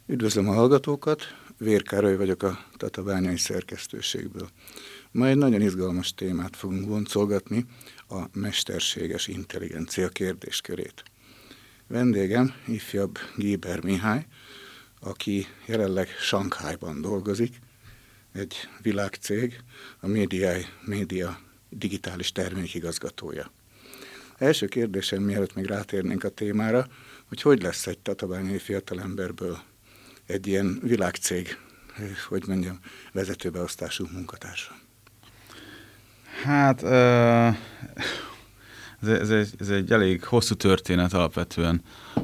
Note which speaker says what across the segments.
Speaker 1: Üdvözlöm a hallgatókat, Vér Károly vagyok a Tatabányai szerkesztőségből. Ma egy nagyon izgalmas témát fogunk boncolgatni, a mesterséges intelligencia kérdéskörét. Vendégem ifjabb Géber Mihály, aki jelenleg Sankhájban dolgozik, egy világcég, a Média digitális termékigazgatója. Első kérdésem, mielőtt még rátérnénk a témára, hogy lesz egy tatabányai fiatalemberből egy ilyen világcég, vezetőbeosztású munkatársa?
Speaker 2: Hát ez egy elég hosszú történet alapvetően.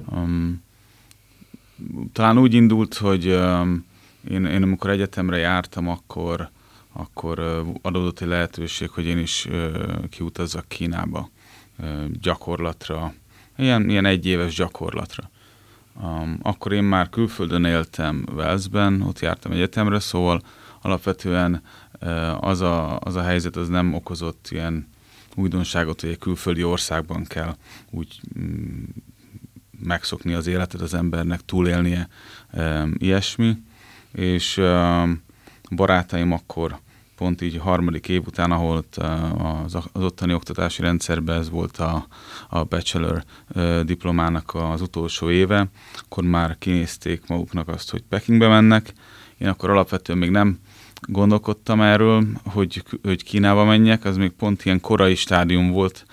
Speaker 2: Talán úgy indult, hogy én amikor egyetemre jártam, akkor adódott egy lehetőség, hogy én is kiutazzak Kínába gyakorlatra, ilyen egyéves gyakorlatra. Akkor én már külföldön éltem Walesben, ott jártam egyetemre, szóval alapvetően az a helyzet az nem okozott ilyen újdonságot, hogy egy külföldi országban kell úgy megszokni az életet az embernek, túlélnie ilyesmi, és barátaim akkor pont így harmadik év után, ahol az ottani oktatási rendszerben ez volt a bachelor diplomának az utolsó éve, akkor már kinézték maguknak azt, hogy Pekingbe mennek. Én akkor alapvetően még nem gondolkodtam erről, hogy Kínába menjek, az még pont ilyen korai stádium volt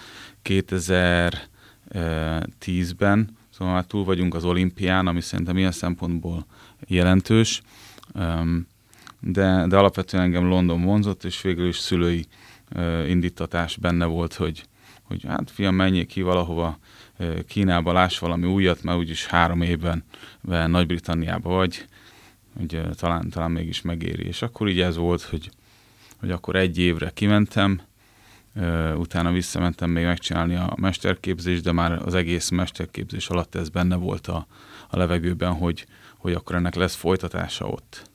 Speaker 2: 2010-ben, szóval már túl vagyunk az olimpián, ami szerintem ilyen szempontból jelentős, de alapvetően engem London vonzott, és végül is szülői indítatás benne volt, hogy hát fiam, menjél ki valahova Kínába, láss valami újat, mert úgyis 3 évben Nagy-Britanniába vagy, hogy talán mégis megéri. És akkor így ez volt, hogy akkor 1 évre kimentem, utána visszamentem még megcsinálni a mesterképzést, de már az egész mesterképzés alatt ez benne volt a levegőben, hogy akkor ennek lesz folytatása ott.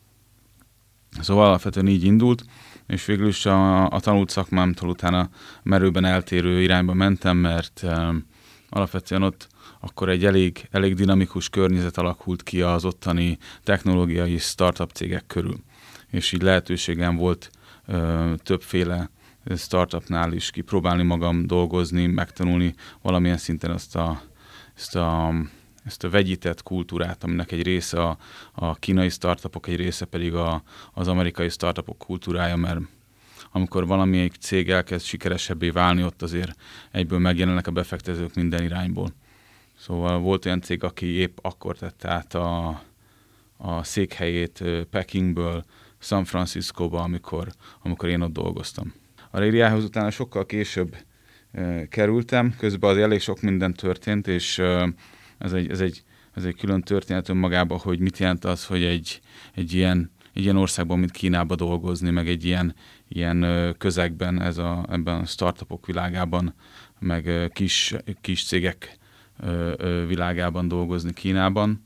Speaker 2: Szóval alapvetően így indult, és végül is a tanult szakmámtól utána merőben eltérő irányba mentem, mert alapvetően ott akkor egy elég dinamikus környezet alakult ki az ottani technológiai startup cégek körül. És így lehetőségem volt többféle startupnál is kipróbálni magam, dolgozni, megtanulni valamilyen szinten ezt a vegyített kultúrát, aminek egy része a kínai startupok, egy része pedig az amerikai startupok kultúrája, mert amikor valamelyik cég elkezd sikeresebbé válni, ott azért egyből megjelennek a befektetők minden irányból. Szóval volt olyan cég, aki épp akkor tette át a székhelyét Pekingből San Franciscóba, amikor én ott dolgoztam. A Rédiához utána sokkal később kerültem, közben az elég sok minden történt, és ez egy külön történet önmagában, hogy mit jelent az, hogy egy ilyen országban, mint Kínában dolgozni, meg egy ilyen közegben, ebben a startupok világában, meg kis cégek világában dolgozni Kínában.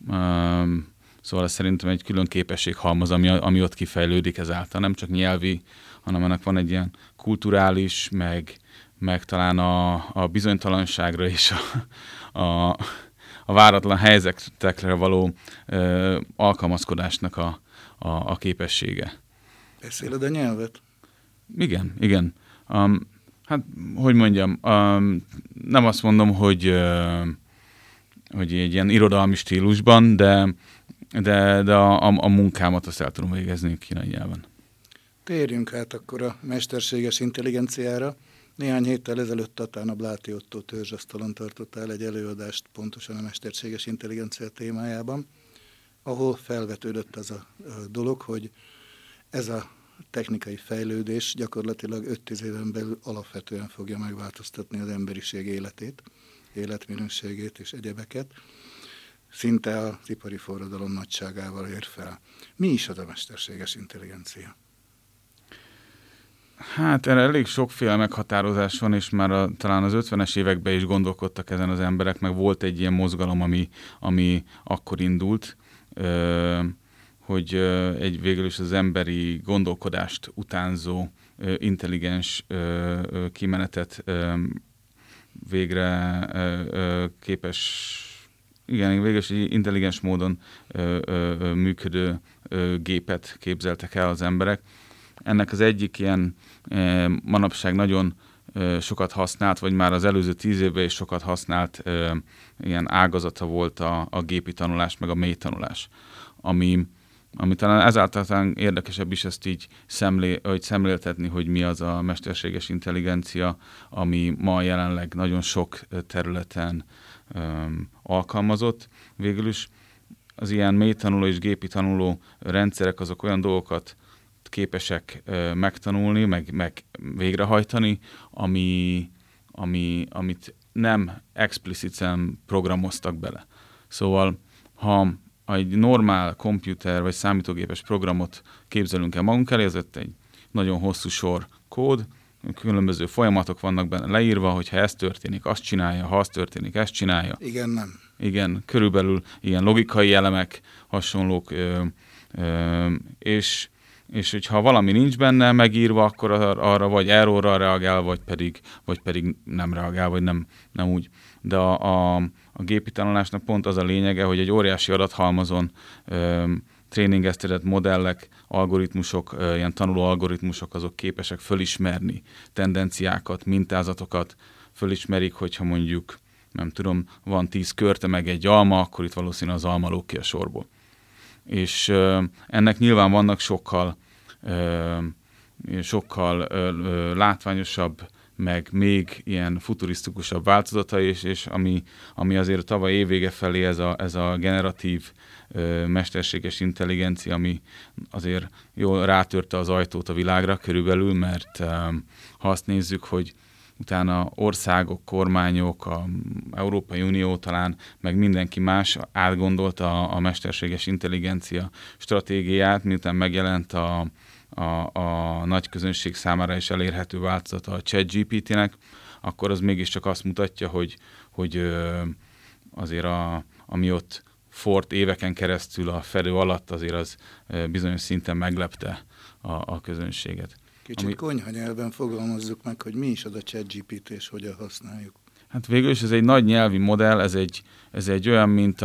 Speaker 2: Szóval ez szerintem egy külön képességhalmaz, ami ott kifejlődik ezáltal. Nem csak nyelvi, hanem ennek van egy ilyen kulturális, meg talán a bizonytalanságra és a váratlan helyzetekre való alkalmazkodásnak a képessége.
Speaker 1: Beszéled a nyelvet?
Speaker 2: Igen. Hát, hogy mondjam, nem azt mondom, hogy egy ilyen irodalmi stílusban, de a munkámat azt el tudom végezni kínai nyelven.
Speaker 1: Térjünk át akkor a mesterséges intelligenciára. Néhány héttel ezelőtt Tatán a Bláti Ottó törzsasztalon tartottál egy előadást pontosan a mesterséges intelligencia témájában, ahol felvetődött az a dolog, hogy ez a technikai fejlődés gyakorlatilag 5-10 éven belül alapvetően fogja megváltoztatni az emberiség életét, életminőségét és egyebeket. Szinte az ipari forradalom nagyságával ér fel. Mi is az a mesterséges intelligencia?
Speaker 2: Hát erre elég sokféle meghatározás van, és már talán az 50-es években is gondolkodtak ezen az emberek, meg volt egy ilyen mozgalom, ami akkor indult, hogy végül is az emberi gondolkodást utánzó intelligens kimenetet végre képes Igen, végülis egy intelligens módon működő gépet képzeltek el az emberek. Ennek az egyik ilyen manapság nagyon sokat használt, vagy már az előző 10 évben is sokat használt ilyen ágazata volt a gépi tanulás, meg a mély tanulás, ami talán ezáltal talán érdekesebb is ezt így szemléltetni, hogy mi az a mesterséges intelligencia, ami ma jelenleg nagyon sok területen alkalmazott. Végül is az ilyen mély tanuló és gépi tanuló rendszerek azok olyan dolgokat képesek megtanulni, meg végrehajtani, amit nem expliciten programoztak bele. Szóval, ha egy normál komputer vagy számítógépes programot képzelünk el magunk elé, ez egy nagyon hosszú sor kód, különböző folyamatok vannak benne leírva, hogy ha ez történik, azt csinálja, ha az történik, ezt csinálja.
Speaker 1: Igen, nem.
Speaker 2: Igen, körülbelül ilyen logikai elemek, hasonlók, és hogyha valami nincs benne megírva, akkor arra vagy errorra reagál, vagy pedig nem reagál, vagy nem úgy. De a gépi tanulásnak pont az a lényege, hogy egy óriási adathalmazon tréningeztetett modellek, algoritmusok, ilyen tanuló algoritmusok, azok képesek fölismerni tendenciákat, mintázatokat, fölismerik, hogyha mondjuk, nem tudom, van 10 körte meg egy alma, akkor itt valószínűleg az alma lóg ki a sorból. És ennek nyilván vannak sokkal látványosabb, meg még ilyen futurisztikusabb változata, és ami azért tavaly évvége felé ez a generatív mesterséges intelligencia, ami azért jól rátörte az ajtót a világra körülbelül, mert ha azt nézzük, hogy utána országok, kormányok, a Európai Unió talán, meg mindenki más átgondolta a mesterséges intelligencia stratégiát, miután megjelent a nagy közönség számára is elérhető változata a ChatGPT-nek, akkor az mégiscsak azt mutatja, hogy azért ami ott fort éveken keresztül a fedő alatt, azért az bizonyos szinten meglepte a közönséget.
Speaker 1: Kicsit konyha nyelven fogalmazzuk meg, hogy mi is az a ChatGPT és hogyan használjuk.
Speaker 2: Hát végül is ez egy nagy nyelvi modell, ez egy olyan, mint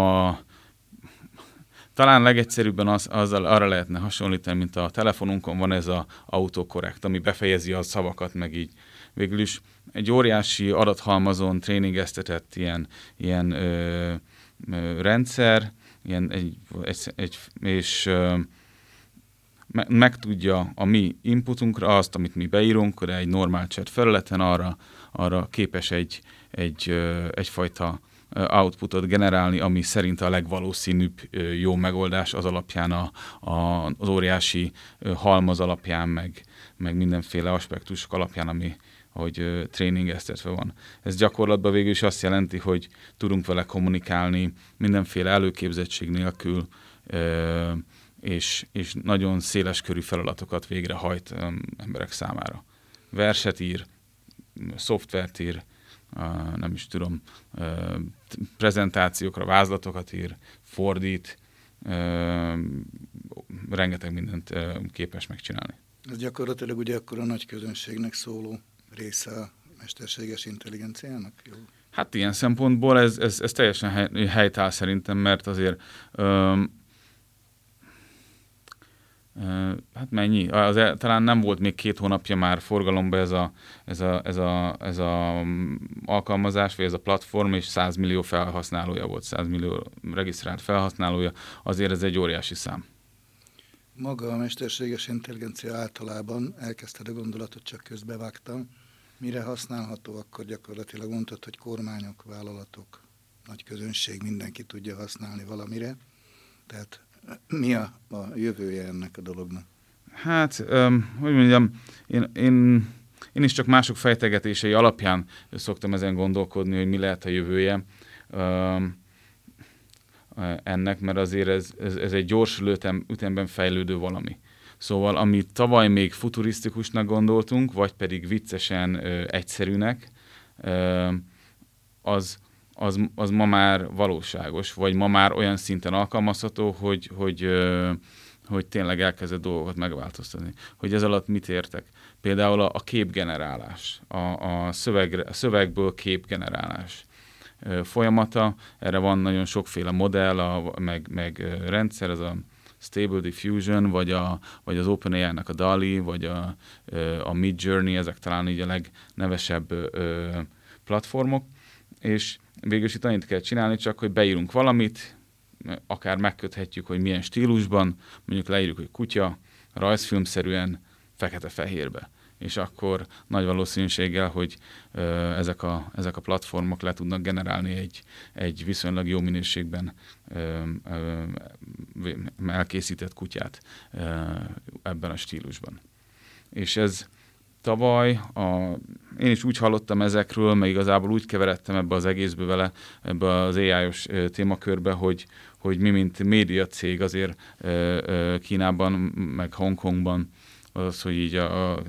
Speaker 2: talán legegyszerűbben arra lehetne hasonlítani, mint a telefonunkon van ez az autokorrekt, ami befejezi a szavakat, meg így. Végül is egy óriási adathalmazon tréningeztetett ilyen rendszer, és megtudja a mi inputunkra azt, amit mi beírunk, de egy normál chat felületen arra képes egyfajta outputot generálni, ami szerint a legvalószínűbb jó megoldás az alapján, az óriási halmaz alapján, meg mindenféle aspektusok alapján, ami hogy tréningeztetve van. Ez gyakorlatban végül is azt jelenti, hogy tudunk vele kommunikálni mindenféle előképzettség nélkül, és nagyon széles körű feladatokat végrehajt emberek számára. Verset ír, szoftvert ír, nem is tudom, prezentációkra vázlatokat ír, fordít, rengeteg mindent képes megcsinálni.
Speaker 1: Ez gyakorlatilag ugye akkor a nagy közönségnek szóló része a mesterséges intelligenciának? Jó.
Speaker 2: Hát ilyen szempontból ez teljesen helytáll szerintem, mert azért hát mennyi? Talán nem volt még 2 hónapja már forgalomban ez a alkalmazás, vagy ez a platform, és 100 millió felhasználója volt, 100 millió regisztrált felhasználója, azért ez egy óriási szám.
Speaker 1: Maga a mesterséges intelligencia általában, elkezdted a gondolatot, csak közbevágtam, mire használható, akkor gyakorlatilag mondtad, hogy kormányok, vállalatok, nagy közönség, mindenki tudja használni valamire. Tehát mi a jövője ennek a dolognak?
Speaker 2: Hát, hogy mondjam, én is csak mások fejtegetései alapján szoktam ezen gondolkodni, hogy mi lehet a jövője ennek, mert azért ez egy gyorsuló ütemben fejlődő valami. Szóval, amit tavaly még futurisztikusnak gondoltunk, vagy pedig viccesen egyszerűnek, az ma már valóságos, vagy ma már olyan szinten alkalmazható, hogy tényleg elkezdett dolgokat megváltoztatni. Hogy ez alatt mit értek? Például a képgenerálás, a szövegből képgenerálás. folyamata. Erre van nagyon sokféle modell, meg rendszer, ez a Stable Diffusion, vagy az OpenAI-nak a DALL-E, vagy a Midjourney, ezek talán így a legnevesebb platformok, és végül is itt annyit kell csinálni, csak hogy beírunk valamit, akár megköthetjük, hogy milyen stílusban, mondjuk leírjuk, hogy kutya, rajzfilmszerűen, fekete-fehérbe. És akkor nagy valószínűséggel, hogy ezek a platformok le tudnak generálni egy viszonylag jó minőségben elkészített kutyát ebben a stílusban. És ez tavaly, én is úgy hallottam ezekről, meg igazából úgy keveredtem ebbe az egészbe vele, ebbe az AI-os témakörbe, hogy mi, mint médiacég azért Kínában, meg Hongkongban, az, hogy így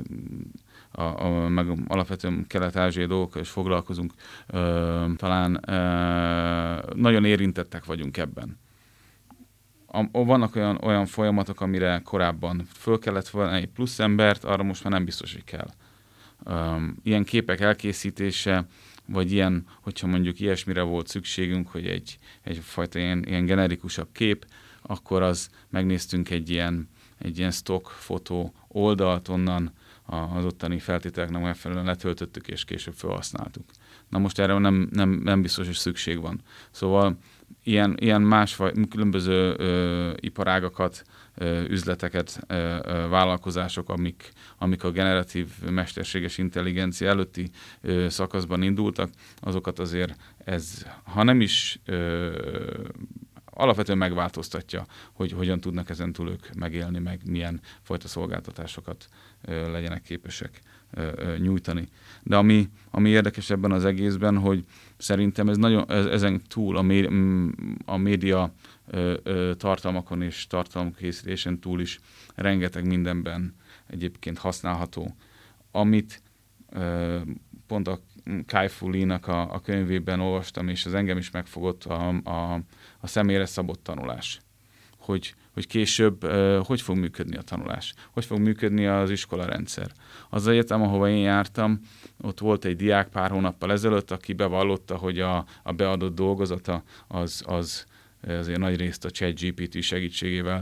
Speaker 2: meg alapvetően kelet-ázsiai dolgokkal is foglalkozunk, talán nagyon érintettek vagyunk ebben. Vannak olyan folyamatok, amire korábban föl kellett volna egy plusz embert, arra most már nem biztos, hogy kell. Ilyen képek elkészítése, vagy ilyen, hogyha mondjuk ilyesmire volt szükségünk, hogy egyfajta ilyen generikusabb kép, akkor megnéztünk egy ilyen stock fotó oldalt, onnan az ottani feltételeknek megfelelően letöltöttük, és később felhasználtuk. Na most erre nem biztos, hogy szükség van. Szóval ilyen különböző iparágakat, üzleteket, vállalkozások, amik a generatív mesterséges intelligencia előtti szakaszban indultak, azokat azért ez, ha nem is alapvetően megváltoztatja, hogy hogyan tudnak ezen túl ők megélni, meg milyen fajta szolgáltatásokat legyenek képesek nyújtani. De ami érdekes ebben az egészben, hogy szerintem ezen túl a média tartalmakon és tartalomkészítésen túl is rengeteg mindenben egyébként használható, amit pont a Kai-Fu Lee-nak a könyvében olvastam, és az engem is megfogott a személyre szabott tanulás. Hogy később hogy fog működni a tanulás, hogy fog működni az iskolarendszer. Az egyetem, ahova én jártam, ott volt egy diák pár hónappal ezelőtt, aki bevallotta, hogy a beadott dolgozata az azért nagy részt a ChatGPT segítségével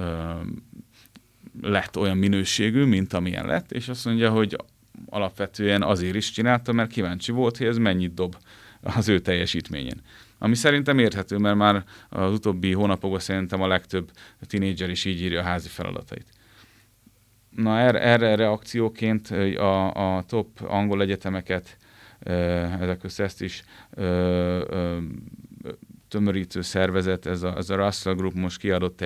Speaker 2: lett olyan minőségű, mint amilyen lett, és azt mondja, hogy alapvetően azért is csinálta, mert kíváncsi volt, hogy ez mennyit dob az ő teljesítményén. Ami szerintem érthető, mert már az utóbbi hónapokban szerintem a legtöbb tinédzser is így írja a házi feladatait. Na erre reakcióként a top angol egyetemeket, ezek közt ezt is tömörítő szervezet, ez a Russell Group most kiadott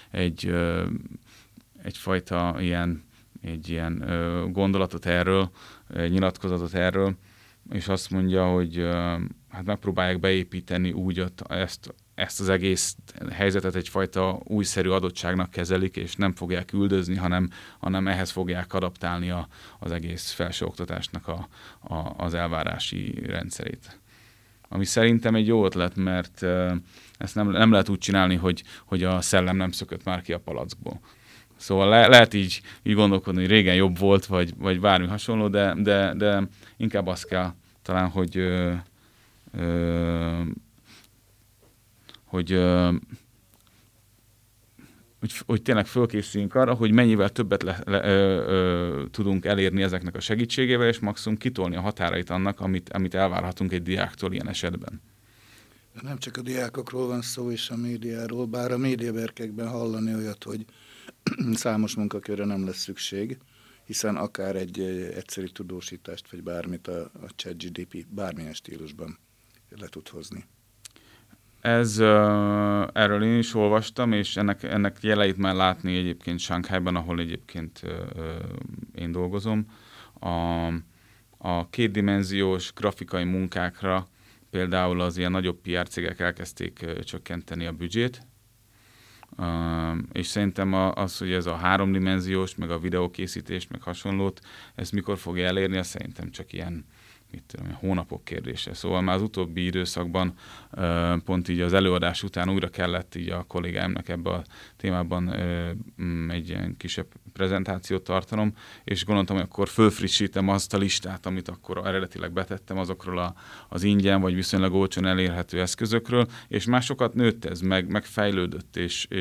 Speaker 2: egyfajta ilyen gondolatot erről, nyilatkozatot erről, és azt mondja, hogy hát megpróbálják beépíteni úgy ezt az egész helyzetet egyfajta újszerű adottságnak kezelik, és nem fogják üldözni, hanem ehhez fogják adaptálni az egész felsőoktatásnak az elvárási rendszerét. Ami szerintem egy jó ötlet, mert ezt nem lehet úgy csinálni, hogy a szellem nem szökött már ki a palackból. Szóval lehet így gondolkodni, hogy régen jobb volt, vagy bármi hasonló, de inkább azt kell talán, hogy tényleg fölkészüljünk arra, hogy mennyivel többet tudunk elérni ezeknek a segítségével, és maximum kitolni a határait annak, amit elvárhatunk egy diáktól ilyen esetben.
Speaker 1: Nem csak a diákokról van szó, és a médiáról, bár a médiaberkekben hallani olyat, hogy számos munkakörre nem lesz szükség, hiszen akár egy egyszerű tudósítást, vagy bármit a ChatGPT bármilyen stílusban le tud hozni.
Speaker 2: Erről én is olvastam, és ennek jeleit már látni egyébként Shanghaiban, ahol egyébként én dolgozom. A kétdimenziós grafikai munkákra például az ilyen nagyobb PR cégek elkezdték csökkenteni a büdzsét, és szerintem az, hogy ez a háromdimenziós, meg a videókészítés, meg hasonlót, ezt mikor fogja elérni, azt szerintem csak ilyen hónapok kérdése. Szóval már az utóbbi időszakban pont így az előadás után újra kellett így a kollégáimnak ebben a témában egy ilyen kisebb prezentációt tartanom, és gondoltam, hogy akkor fölfrissítem azt a listát, amit akkor eredetileg betettem azokról az ingyen, vagy viszonylag olcsón elérhető eszközökről, és másokat nőtt ez, meg fejlődött,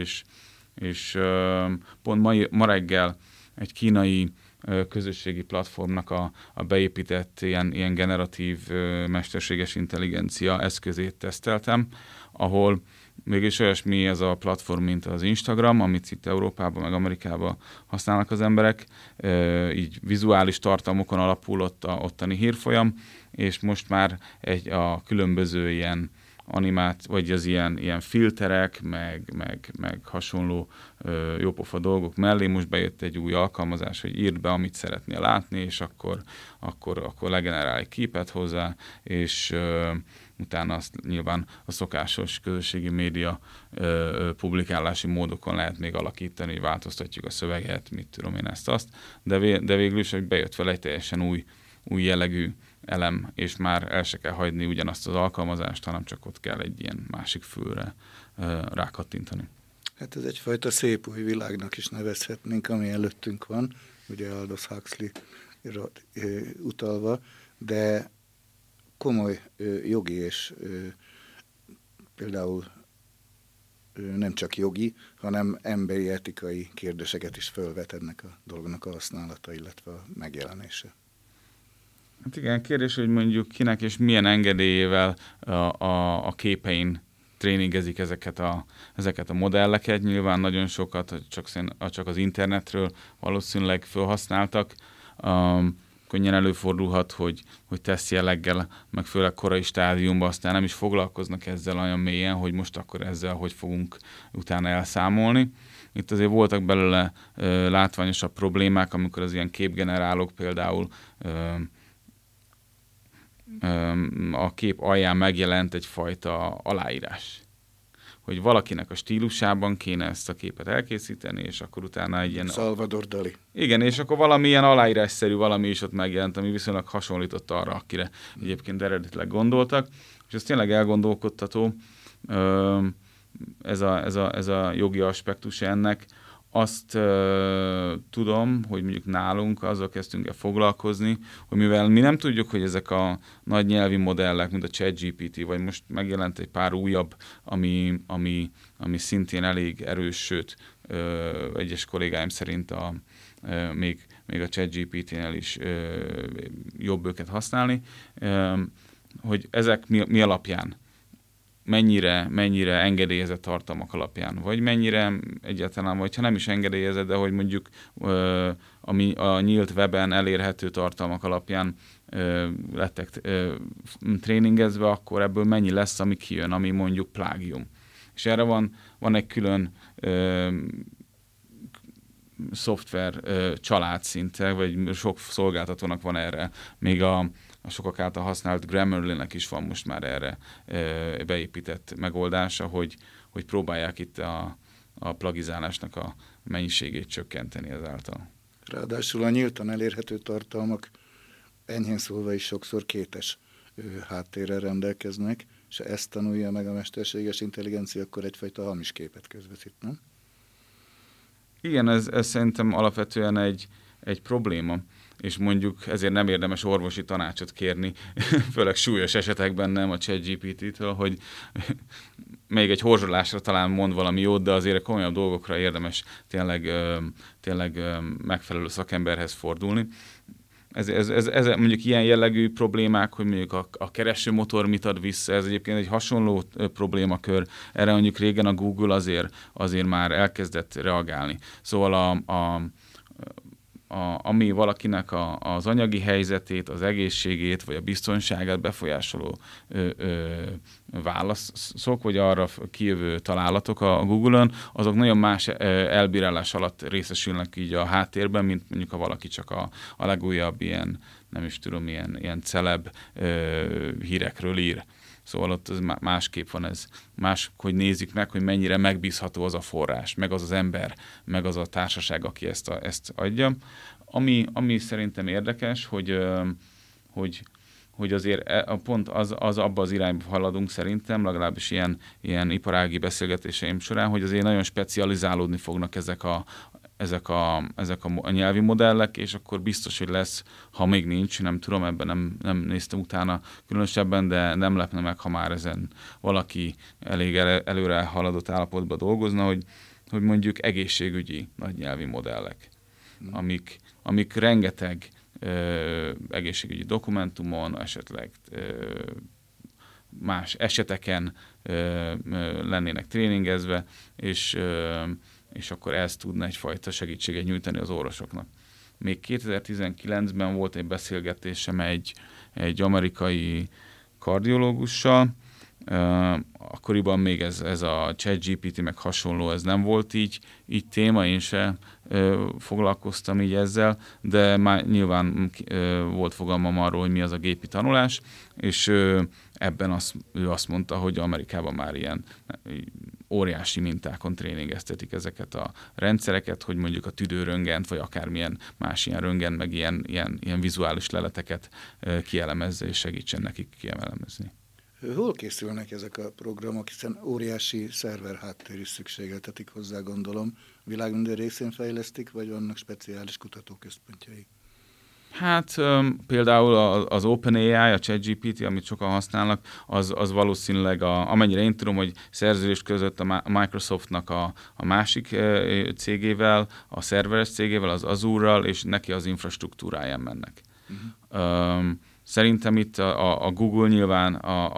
Speaker 2: és pont ma reggel egy kínai közösségi platformnak a beépített ilyen generatív mesterséges intelligencia eszközét teszteltem, ahol mégis olyasmi ez a platform, mint az Instagram, amit itt Európában, meg Amerikában használnak az emberek, így vizuális tartalmokon alapul ottani hírfolyam, és most már a különböző ilyen animát, vagy az ilyen filterek, meg hasonló jópofa dolgok mellé most bejött egy új alkalmazás, hogy írd be, amit szeretnél látni, és akkor legenerál egy képet hozzá, és utána azt nyilván a szokásos közösségi média publikálási módokon lehet még alakítani, hogy változtatjuk a szöveget, mit tudom én ezt-azt, de végül is, hogy bejött vele egy teljesen új jellegű elem, és már el se kell hagyni ugyanazt az alkalmazást, hanem csak ott kell egy ilyen másik fülre rákattintani.
Speaker 1: Hát ez egyfajta szép új világnak is nevezhetnénk, ami előttünk van, ugye Aldous Huxley-ra utalva, de komoly jogi és például nem csak jogi, hanem emberi etikai kérdéseket is fölvet ennek a dolognak a használata, illetve a megjelenése.
Speaker 2: Hát igen, kérdés, hogy mondjuk kinek és milyen engedélyével a képein tréningezik ezeket a modelleket. Nyilván nagyon sokat csak az internetről valószínűleg felhasználtak. Könnyen előfordulhat, hogy teszt jelleggel, meg főleg korai stádiumban aztán nem is foglalkoznak ezzel olyan mélyen, hogy most akkor ezzel hogy fogunk utána elszámolni. Itt azért voltak belőle látványosabb problémák, amikor az ilyen képgenerálók például a kép alján megjelent egyfajta aláírás. Hogy valakinek a stílusában kéne ezt a képet elkészíteni, és akkor utána egy ilyen...
Speaker 1: Salvador Dali.
Speaker 2: Igen, és akkor valamilyen aláírásszerű valami is ott megjelent, ami viszonylag hasonlított arra, akire egyébként eredetileg gondoltak. És ez tényleg elgondolkodtató, ez a jogi aspektus ennek. Azt tudom, hogy mondjuk nálunk azzal kezdtünk el foglalkozni, hogy mivel mi nem tudjuk, hogy ezek a nagy nyelvi modellek, mint a ChatGPT, vagy most megjelent egy pár újabb, ami szintén elég erős, sőt, egyes kollégáim szerint még a ChatGPT-nél is jobb őket használni, hogy ezek mi alapján, mennyire engedélyezett tartalmak alapján, vagy mennyire egyáltalán, vagy ha nem is engedélyezett, de hogy mondjuk ami a nyílt weben elérhető tartalmak alapján lettek tréningezve, akkor ebből mennyi lesz, ami kijön, ami mondjuk plágium. És erre van egy külön szoftver család szinte, vagy sok szolgáltatónak van erre, még a sokak által használt Grammarly-nek is van most már erre beépített megoldása, hogy próbálják itt a plagizálásnak a mennyiségét csökkenteni ezáltal.
Speaker 1: Ráadásul a nyíltan elérhető tartalmak enyhén szólva is sokszor kétes háttérrel rendelkeznek, és ha ezt tanulja meg a mesterséges intelligencia, akkor egyfajta hamis képet közvetít, nem?
Speaker 2: Igen, ez szerintem alapvetően egy probléma, és mondjuk ezért nem érdemes orvosi tanácsot kérni, főleg súlyos esetekben nem a ChatGPT-től, hogy még egy horzsolásra talán mond valami jót, de azért komolyabb dolgokra érdemes tényleg megfelelő szakemberhez fordulni. Ez mondjuk ilyen jellegű problémák, hogy mondjuk a keresőmotor mit ad vissza, ez egyébként egy hasonló problémakör. Erre mondjuk régen a Google azért már elkezdett reagálni. Szóval ami valakinek az anyagi helyzetét, az egészségét, vagy a biztonságát befolyásoló válaszok, vagy arra kijövő találatok a Google-ön, azok nagyon más elbírálás alatt részesülnek így a háttérben, mint mondjuk ha valaki csak a legújabb ilyen, nem is tudom, ilyen celeb hírekről ír. Szóval ott másképp van ez. Máshogy nézik meg, hogy mennyire megbízható az a forrás, meg az ember, meg az a társaság, aki ezt adja. Ami szerintem érdekes, hogy hogy azért pont az abba az irányba haladunk szerintem, legalábbis ilyen iparági beszélgetéseim során, hogy azért nagyon specializálódni fognak ezek a nyelvi modellek, és akkor biztos, hogy lesz, ha még nincs, nem tudom, ebben nem néztem utána különösebben, de nem lepne meg, ha már ezen valaki elég előre haladott állapotban dolgozna, hogy mondjuk egészségügyi nagynyelvi modellek, amik rengeteg egészségügyi dokumentumon, esetleg más eseteken lennének tréningezve, és akkor ez tudna egyfajta segítséget nyújtani az orvosoknak. Még 2019-ben volt egy beszélgetésem egy amerikai kardiológussal, akkoriban még ez a ChatGPT meg hasonló, ez nem volt így téma, én se foglalkoztam így ezzel, de már nyilván volt fogalmam arról, hogy mi az a gépi tanulás, és ebben ő azt mondta, hogy Amerikában már ilyen óriási mintákon tréningeztetik ezeket a rendszereket, hogy mondjuk a tüdőröntgent, vagy akármilyen más ilyen röntgen, meg ilyen vizuális leleteket kielemezze, és segítsen nekik kielemezni.
Speaker 1: Hol készülnek ezek a programok, hiszen óriási szerver háttér is szükségeltetik hozzá, gondolom. Világ minden részén fejlesztik, vagy vannak speciális kutatóközpontjai?
Speaker 2: Hát például az OpenAI, a ChatGPT, amit sokan használnak, az valószínűleg, amennyire én tudom, hogy szerződés között a Microsoftnak a másik cégével, a szerveres cégével, az Azure-ral, és neki az infrastruktúráján mennek. Szerintem itt a Google nyilván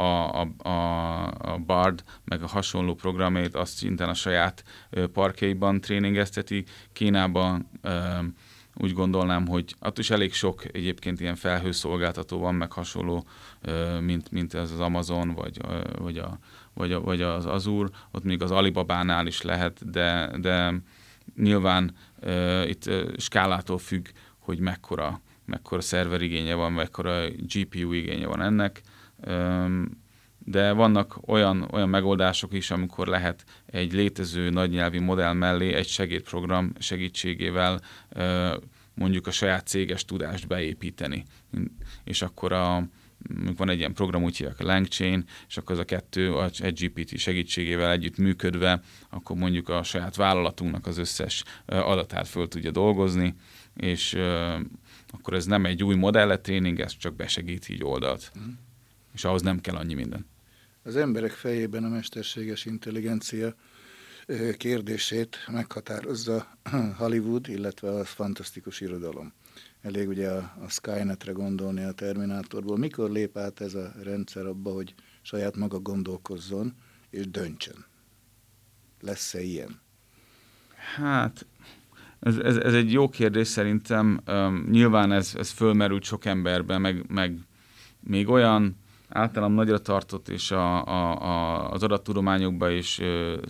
Speaker 2: a Bard, meg a hasonló programjait azt szinten a saját parkjaiban tréningezteti. Kínában úgy gondolnám, hogy ott is elég sok egyébként ilyen felhőszolgáltató van, meg hasonló, mint ez az Amazon, vagy az Azure. Ott még az Alibabánál is lehet, de nyilván itt skálától függ, hogy mekkora szerver igénye van, mekkora GPU igénye van ennek, de vannak olyan megoldások is, amikor lehet egy létező nagynyelvi modell mellé egy segédprogram segítségével mondjuk a saját céges tudást beépíteni. És akkor van egy ilyen program, úgy hívják a LangChain, és akkor az a kettő a GPT segítségével együtt működve, akkor mondjuk a saját vállalatunknak az összes adatát föl tudja dolgozni, és akkor ez nem egy új modellet tréning, ez csak besegít így oldalt. És ahhoz nem kell annyi minden.
Speaker 1: Az emberek fejében a mesterséges intelligencia kérdését meghatározza Hollywood, illetve a fantasztikus irodalom. Elég ugye a Skynetre gondolni a Terminátorból. Mikor lép át ez a rendszer abba, hogy saját maga gondolkozzon és döntsön? Lesz-e ilyen?
Speaker 2: Hát, ez egy jó kérdés szerintem. Nyilván ez fölmerült sok emberben, meg még olyan általam nagyra tartott, és az adattudományokban és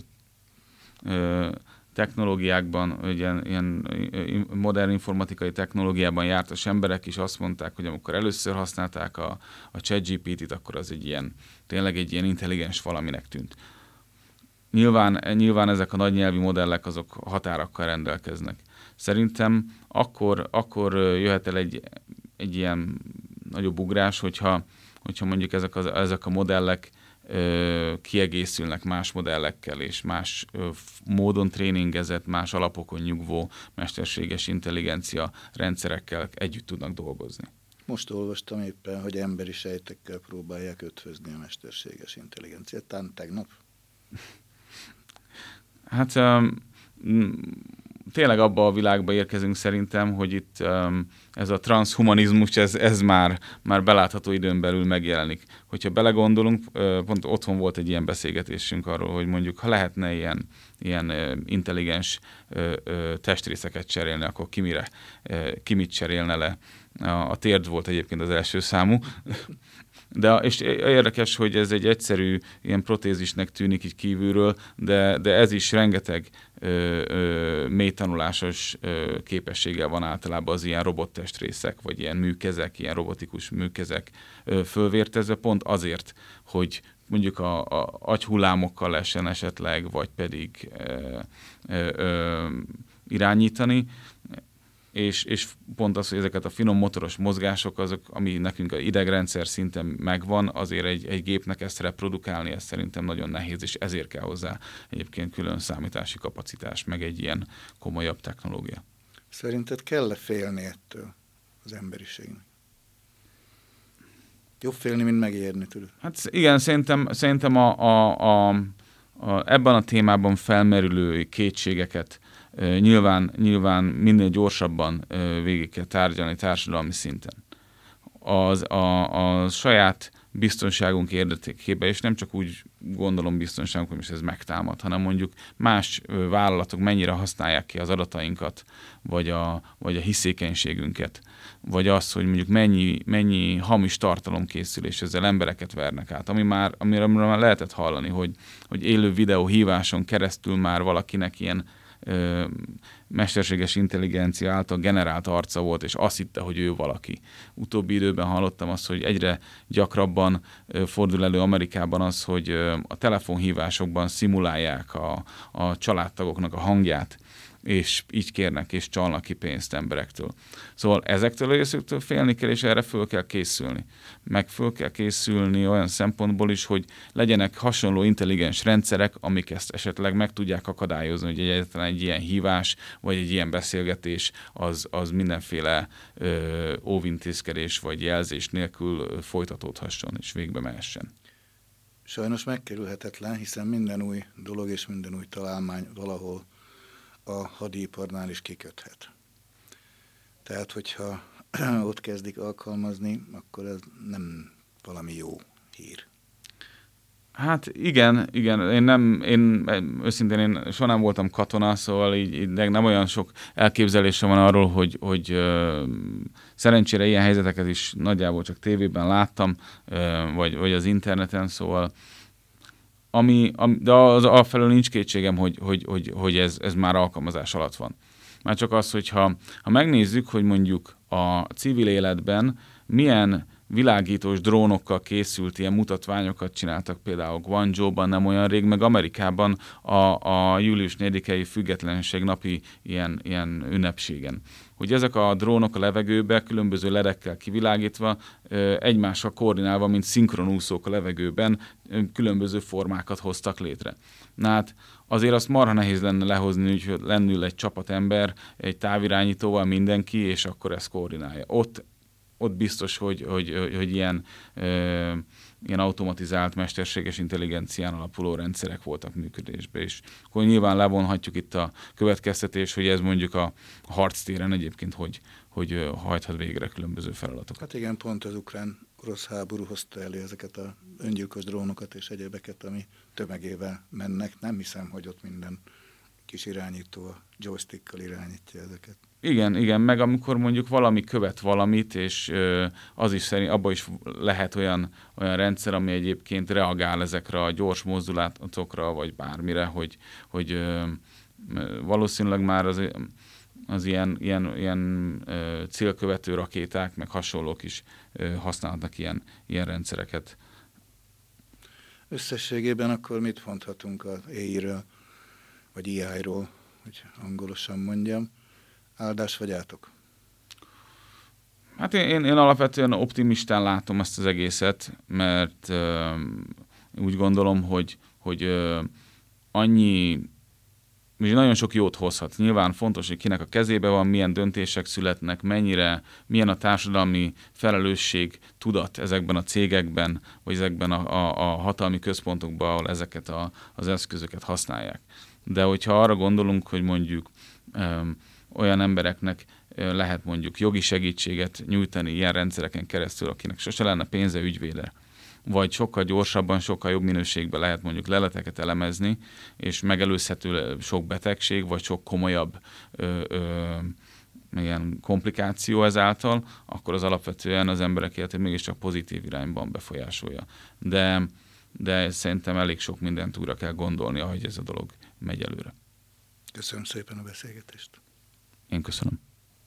Speaker 2: technológiákban, ilyen modern informatikai technológiában jártas emberek is azt mondták, hogy amikor először használták a ChatGPT-t, akkor az tényleg egy ilyen intelligens valaminek tűnt. Nyilván ezek a nagynyelvi modellek azok határakkal rendelkeznek. Szerintem akkor jöhet el egy ilyen nagyobb ugrás, hogyha mondjuk ezek a modellek kiegészülnek más modellekkel, és más módon tréningezett, más alapokon nyugvó mesterséges intelligencia rendszerekkel együtt tudnak dolgozni.
Speaker 1: Most olvastam éppen, hogy emberi sejtekkel próbálják ötvözni a mesterséges intelligenciát. Talán tegnap?
Speaker 2: Hát tényleg abba a világba érkezünk szerintem, hogy itt ez a transhumanizmus, ez már belátható időn belül megjelenik. Hogyha belegondolunk, pont otthon volt egy ilyen beszélgetésünk arról, hogy mondjuk, ha lehetne ilyen intelligens testrészeket cserélni, akkor ki mit cserélne le. A térd volt egyébként az első számú. És érdekes, hogy ez egy egyszerű ilyen protézisnek tűnik így kívülről, de ez is rengeteg mélytanulásos képességgel van általában az ilyen robottestrészek, vagy ilyen műkezek, ilyen robotikus műkezek fölvértezve, pont azért, hogy mondjuk a agyhullámokkal lehessen esetleg, vagy pedig irányítani. és pont az, hogy ezeket a finom motoros mozgások, azok, ami nekünk a idegrendszer szinten megvan, azért egy gépnek ezt reprodukálni, ez szerintem nagyon nehéz, és ezért kell hozzá egyébként külön számítási kapacitás, meg egy ilyen komolyabb technológia.
Speaker 1: Szerinted kell-e félni ettől az emberiségnek? Jobb félni, mint megijedni, tudod?
Speaker 2: Hát igen, szerintem ebben a témában felmerülő kétségeket nyilván minél gyorsabban végig kell tárgyalni társadalmi szinten. A saját biztonságunk érdekében, és nem csak úgy gondolom biztonságunk, hogy most ez megtámad, hanem mondjuk más vállalatok mennyire használják ki az adatainkat, vagy a hiszékenységünket, vagy az, hogy mondjuk mennyi hamis tartalom készül, és ezzel embereket vernek át, amiről már lehetett hallani, hogy élő videó híváson keresztül már valakinek ilyen mesterséges intelligencia által generált arca volt, és azt hitte, hogy ő valaki. Utóbbi időben hallottam azt, hogy egyre gyakrabban fordul elő Amerikában az, hogy a telefonhívásokban szimulálják a családtagoknak a hangját, és így kérnek és csalnak ki pénzt emberektől. Szóval ezektől a részüktől félni kell, és erre föl kell készülni. Meg föl kell készülni olyan szempontból is, hogy legyenek hasonló intelligens rendszerek, amik ezt esetleg meg tudják akadályozni, hogy egyáltalán egy ilyen hívás, vagy egy ilyen beszélgetés, az mindenféle óvintézkedés vagy jelzés nélkül folytatódhasson, és végbe mehessen.
Speaker 1: Sajnos megkerülhetetlen, hiszen minden új dolog és minden új találmány valahol a hadiiparnál is kiköthet. Tehát, hogyha ott kezdik alkalmazni, akkor ez nem valami jó hír.
Speaker 2: Hát igen, én őszintén soha nem voltam katona, szóval így nem olyan sok elképzelésem van arról, hogy szerencsére ilyen helyzeteket is nagyjából csak tévében láttam, vagy az interneten, szóval de az afelől nincs kétségem, hogy ez már alkalmazás alatt van. Már csak az, hogyha megnézzük, hogy mondjuk a civil életben milyen világítós drónokkal készült ilyen mutatványokat csináltak például Guangzhouban nem olyan rég, meg Amerikában a július 4-i függetlenség napi ilyen ünnepségen. Hogy ezek a drónok a levegőbe különböző ledekkel kivilágítva, egymással koordinálva, mint szinkronúszók a levegőben különböző formákat hoztak létre. Na hát azért azt marha nehéz lenne lehozni, hogy lennül egy csapatember, egy távirányítóval mindenki, és akkor ezt koordinálja. Ott biztos, hogy ilyen automatizált, mesterséges intelligencián alapuló rendszerek voltak működésben is. Akkor nyilván levonhatjuk itt a következtetés, hogy ez mondjuk a harctéren egyébként hogy hajthat végre különböző feladatokat.
Speaker 1: Hát igen, pont az ukrán-orosz háború hozta elő ezeket a öngyilkos drónokat és egyébeket, ami tömegével mennek. Nem hiszem, hogy ott minden kis irányító a joystickkal irányítja ezeket.
Speaker 2: Igen, meg amikor mondjuk valami követ valamit, és az is szerint, abban is lehet olyan rendszer, ami egyébként reagál ezekre a gyors mozdulatokra, vagy bármire, hogy valószínűleg már az ilyen célkövető rakéták, meg hasonlók is használnak ilyen rendszereket.
Speaker 1: Összességében akkor mit mondhatunk az AI-ről, vagy AI-ról, hogy angolosan mondjam? Áldás vagy átok?
Speaker 2: Hát én alapvetően optimistán látom ezt az egészet, mert úgy gondolom, hogy nagyon sok jót hozhat. Nyilván fontos, hogy kinek a kezébe van, milyen döntések születnek, milyen a társadalmi felelősség, tudat ezekben a cégekben, vagy ezekben a hatalmi központokban, ahol ezeket az eszközöket használják. De hogyha arra gondolunk, hogy mondjuk olyan embereknek lehet mondjuk jogi segítséget nyújtani ilyen rendszereken keresztül, akinek sose lenne pénze ügyvédre, vagy sokkal gyorsabban, sokkal jobb minőségben lehet mondjuk leleteket elemezni, és megelőzhető sok betegség, vagy sok komolyabb ilyen komplikáció ezáltal, akkor az alapvetően az emberek életét mégiscsak pozitív irányban befolyásolja. De szerintem elég sok mindent újra kell gondolni, ahogy ez a dolog megy előre.
Speaker 1: Köszönöm szépen a beszélgetést.
Speaker 2: Én köszönöm.